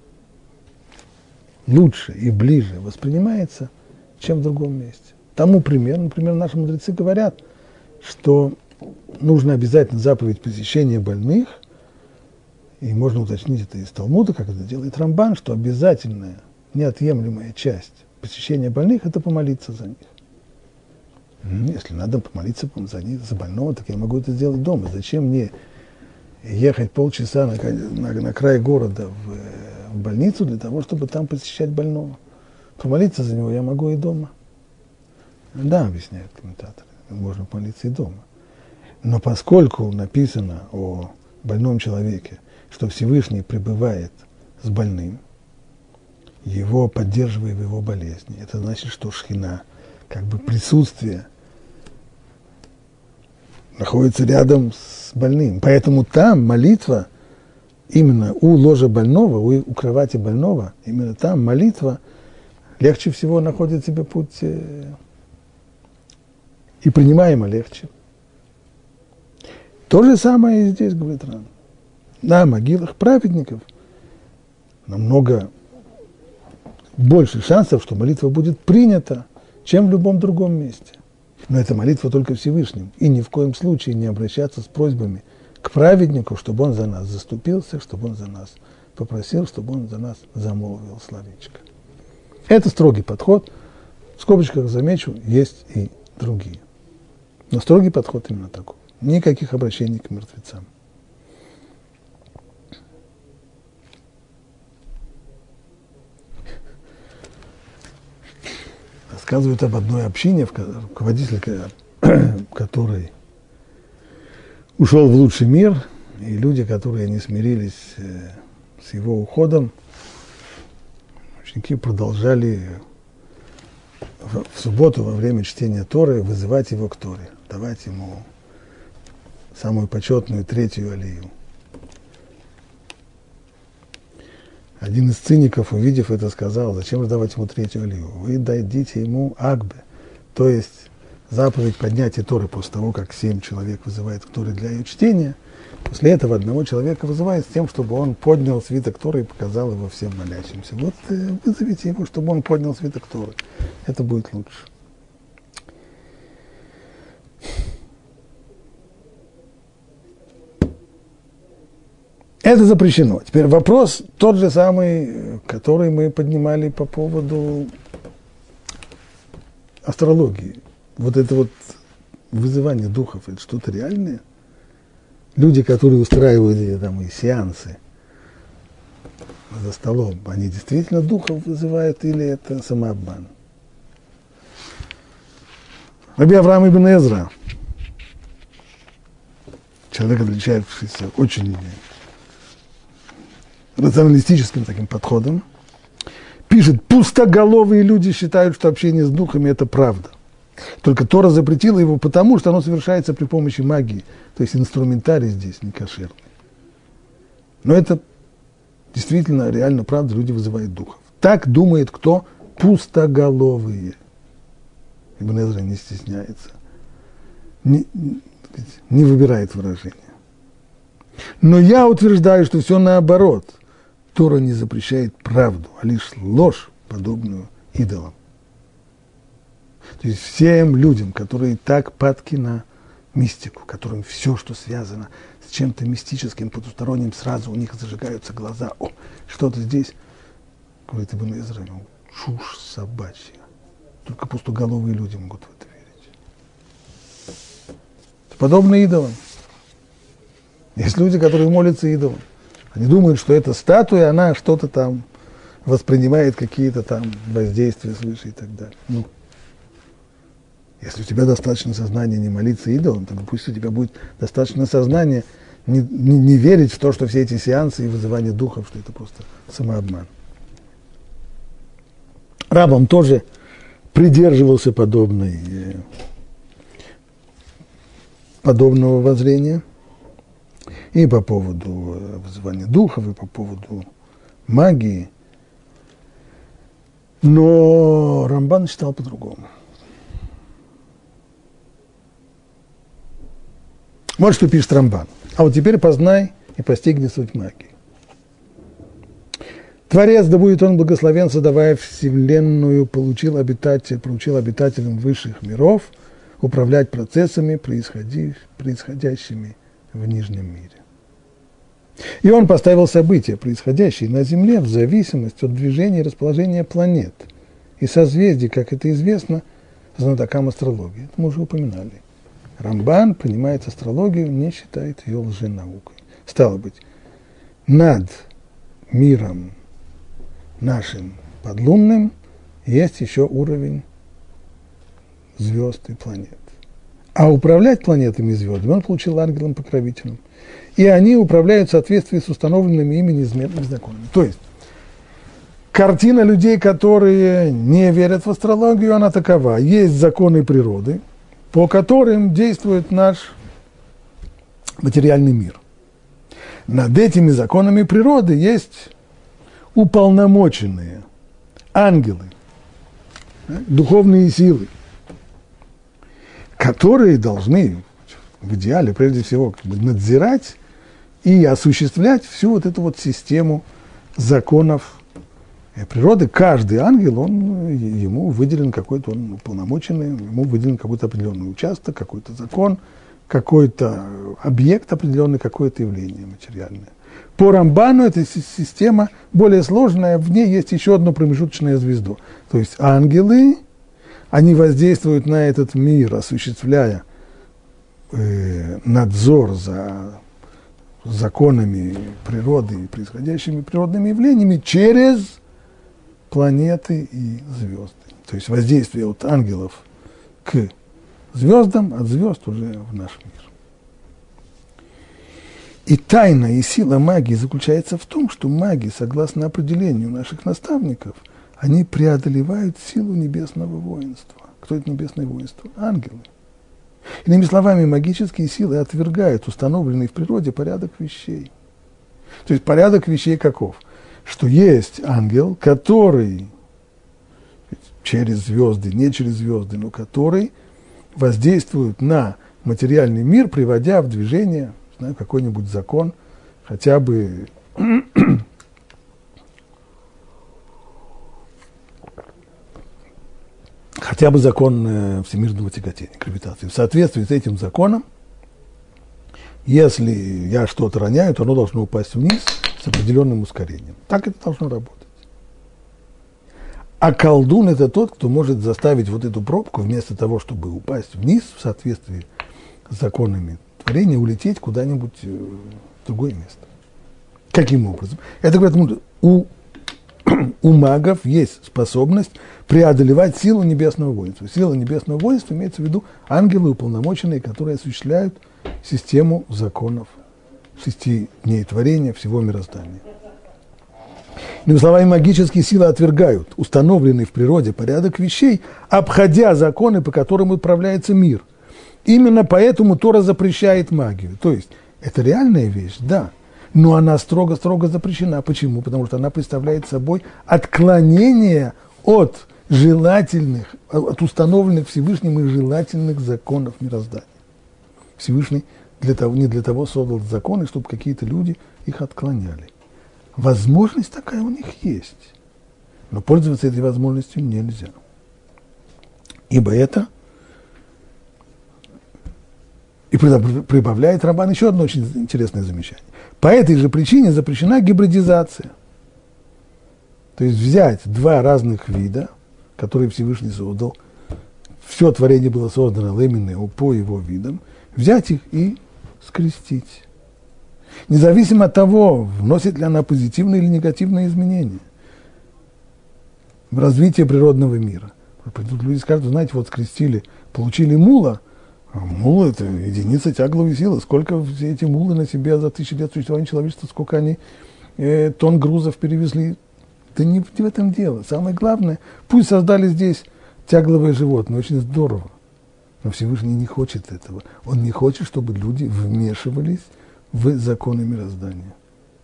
лучше и ближе воспринимается, чем в другом месте. Тому пример, например, наши мудрецы говорят, что нужно обязательно заповедь посещения больных, и можно уточнить это из Талмуда, как это делает Рамбан, что обязательная, неотъемлемая часть посещения больных – это помолиться за них. Если надо помолиться за них, за больного, так я могу это сделать дома. Зачем мне ехать полчаса на, на, на край города в, в больницу для того, чтобы там посещать больного? Помолиться за него я могу и дома. Да, объясняют комментаторы, можно молиться и дома. Но поскольку написано о больном человеке, что Всевышний пребывает с больным, его поддерживая в его болезни, это значит, что шхина, как бы присутствие, находится рядом с больным. Поэтому там молитва, именно у ложа больного, у, у кровати больного, именно там молитва легче всего находит себе путь э, и принимаемо легче. То же самое и здесь, говорит Ран. На могилах праведников намного больше шансов, что молитва будет принята, чем в любом другом месте. Но это молитва только Всевышнему. И ни в коем случае не обращаться с просьбами к праведнику, чтобы он за нас заступился, чтобы он за нас попросил, чтобы он за нас замолвил словечко. Это строгий подход. В скобочках замечу, есть и другие. Но строгий подход именно такой. Никаких обращений к мертвецам. Рассказывают об одной общине, руководитель которой ушел в лучший мир, и люди, которые не смирились с его уходом, ученики продолжали в субботу во время чтения Торы вызывать его к Торе, давать ему самую почетную третью алию. Один из циников, увидев это, сказал: зачем же давать ему третью алию? Вы дадите ему агбе, то есть заповедь поднятия Торы после того, как семь человек вызывает к Торе для ее чтения. После этого одного человека вызывает с тем, чтобы он поднял свиток Торы и показал его всем молящимся. Вот э, вызовите его, чтобы он поднял свиток Торы. Это будет лучше. Это запрещено. Теперь вопрос тот же самый, который мы поднимали по поводу астрологии. Вот это вот вызывание духов, это что-то реальное? Люди, которые устраивают эти там и сеансы за столом, они действительно духов вызывают или это самообман? Раби Авраам ибн Эзра, человек, отличающийся очень рационалистическим таким подходом, пишет: пустоголовые люди считают, что общение с духами – это правда. Только Тора запретила его потому, что оно совершается при помощи магии. То есть инструментарий здесь не кошерный. Но это действительно реально правда, люди вызывают духов. Так думает кто? Пустоголовые. Ибн Эзра не стесняется, не, не выбирает выражения. Но я утверждаю, что все наоборот. Тора не запрещает правду, а лишь ложь, подобную идолам. То есть всем людям, которые так падки на мистику, которым все, что связано с чем-то мистическим, потусторонним, сразу у них зажигаются глаза. О, что-то здесь, говорит Ибн Эзра, чушь собачья. Только пустоголовые люди могут в это верить. Подобно идолам. Есть люди, которые молятся идолам. Они думают, что эта статуя, она что-то там воспринимает, какие-то там воздействия свыше и так далее. Ну, если у тебя достаточно сознания не молиться идолам, то пусть у тебя будет достаточно сознания не, не, не верить в то, что все эти сеансы и вызывание духов, что это просто самообман. Рабам тоже придерживался подобной, подобного воззрения. И по поводу вызывания духов, и по поводу магии. Но Рамбан считал по-другому. Вот что пишет Рамбан. А вот теперь познай и постигни суть магии. Творец, да будет он благословен, создавая вселенную, получил обитатель, поручил обитателям высших миров управлять процессами, происходящими в нижнем мире. И он поставил события, происходящие на Земле, в зависимости от движения и расположения планет и созвездий, как это известно знатокам астрологии. Это мы уже упоминали. Рамбан понимает астрологию, не считает ее лженаукой. Стало быть, над миром нашим подлунным есть еще уровень звезд и планет. А управлять планетами и звездами он получил ангелом-покровителем. И они управляют в соответствии с установленными ими неизменными законами. То есть, картина людей, которые не верят в астрологию, она такова. Есть законы природы, по которым действует наш материальный мир. Над этими законами природы есть уполномоченные ангелы, духовные силы, которые должны в идеале, прежде всего, как бы надзирать и осуществлять всю вот эту вот систему законов природы. Каждый ангел, он, ему выделен какой-то, он уполномоченный, ему выделен какой-то определенный участок, какой-то закон, какой-то объект определенный, какое-то явление материальное. По Рамбану эта система более сложная, в ней есть еще одно промежуточное звездо. То есть ангелы, они воздействуют на этот мир, осуществляя э, надзор за законами природы и происходящими природными явлениями через планеты и звезды. То есть воздействие от ангелов к звездам, от звезд уже в наш мир. И тайна и сила магии заключается в том, что маги, согласно определению наших наставников, они преодолевают силу небесного воинства. Кто это небесное воинство? Ангелы. Иными словами, магические силы отвергают установленный в природе порядок вещей. То есть порядок вещей каков? Что есть ангел, который через звезды, не через звезды, но который воздействует на материальный мир, приводя в движение, знаю, какой-нибудь закон, хотя бы хотя бы закон всемирного тяготения, гравитации. В соответствии с этим законом, если я что-то роняю, то оно должно упасть вниз с определенным ускорением. Так это должно работать. А колдун – это тот, кто может заставить вот эту пробку, вместо того, чтобы упасть вниз в соответствии с законами творения, улететь куда-нибудь в другое место. Каким образом? Это, говорят, у, у магов есть способность преодолевать силу небесного воинства. Сила небесного воинства имеется в виду ангелы уполномоченные, которые осуществляют систему законов шести дней творения всего мироздания. Иными словами, магические силы отвергают установленный в природе порядок вещей, обходя законы, по которым управляется мир. Именно поэтому Тора запрещает магию. То есть, это реальная вещь, да, но она строго-строго запрещена. Почему? Потому что она представляет собой отклонение от желательных, от установленных Всевышним и желательных законов мироздания. Всевышний для того, не для того создал законы, чтобы какие-то люди их отклоняли. Возможность такая у них есть, но пользоваться этой возможностью нельзя. Ибо это и прибавляет Рамбан еще одно очень интересное замечание. По этой же причине запрещена гибридизация. То есть взять два разных вида, которые Всевышний создал, все творение было создано именно по его видам, взять их и скрестить. Независимо от того, вносит ли она позитивные или негативные изменения в развитие природного мира. Тут люди скажут, знаете, вот скрестили, получили мула, а мул – это единица тягловой силы. Сколько все эти мулы на себе за тысячи лет существования человечества, сколько они э, тонн грузов перевезли. Да не в этом дело. Самое главное, пусть создали здесь тягловое животное, очень здорово. Но Всевышний не хочет этого. Он не хочет, чтобы люди вмешивались в законы мироздания.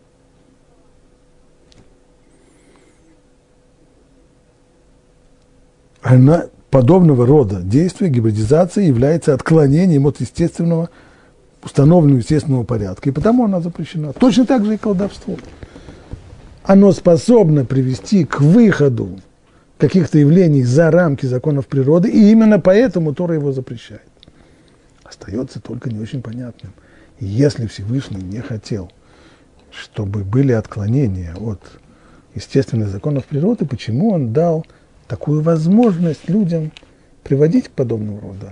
Она, подобного рода действия, гибридизация, является отклонением от естественного, установленного естественного порядка, и потому она запрещена. Точно так же и колдовство. Оно способно привести к выходу каких-то явлений за рамки законов природы, и именно поэтому Тора его запрещает. Остается только не очень понятным. Если Всевышний не хотел, чтобы были отклонения от естественных законов природы, почему он дал такую возможность людям приводить к подобного рода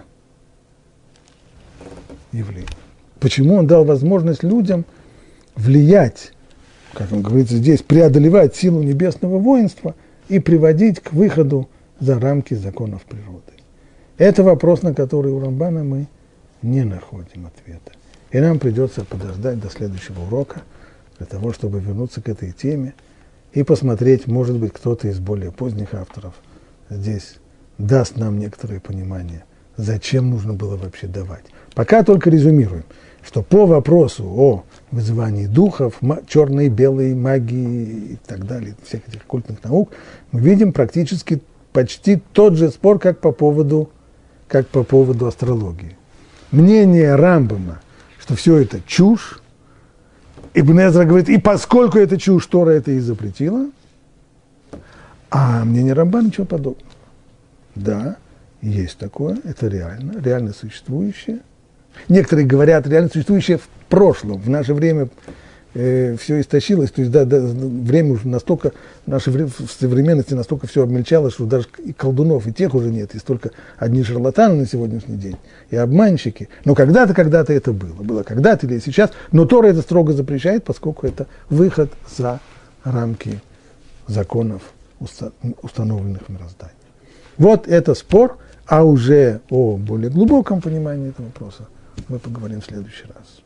явлениям? Почему он дал возможность людям влиять, как он говорится здесь, преодолевать силу небесного воинства и приводить к выходу за рамки законов природы? Это вопрос, на который у Рамбана мы не находим ответа. И нам придется подождать до следующего урока, для того, чтобы вернуться к этой теме и посмотреть, может быть, кто-то из более поздних авторов здесь даст нам некоторое понимание, зачем нужно было вообще давать. Пока только резюмируем, что по вопросу о вызывании духов, черной, белой магии и так далее, всех этих оккультных наук, мы видим практически почти тот же спор, как по поводу, как по поводу астрологии. Мнение Рамбама, что все это чушь, Ибн Эзра говорит, и поскольку это чушь, Тора это и запретила, а мнение Рамбана ничего подобного. Да, есть такое, это реально, реально существующее. Некоторые говорят, реально существующее в прошлом, в наше время э, все истощилось, то есть да, да, время уже настолько, в нашей в современности настолько все обмельчало, что даже и колдунов, и тех уже нет, есть только одни шарлатаны на сегодняшний день, и обманщики. Но когда-то, когда-то это было, было когда-то или сейчас, но Тора это строго запрещает, поскольку это выход за рамки законов, установленных в мироздании. Вот это спор, а уже о более глубоком понимании этого вопроса мы поговорим в следующий раз.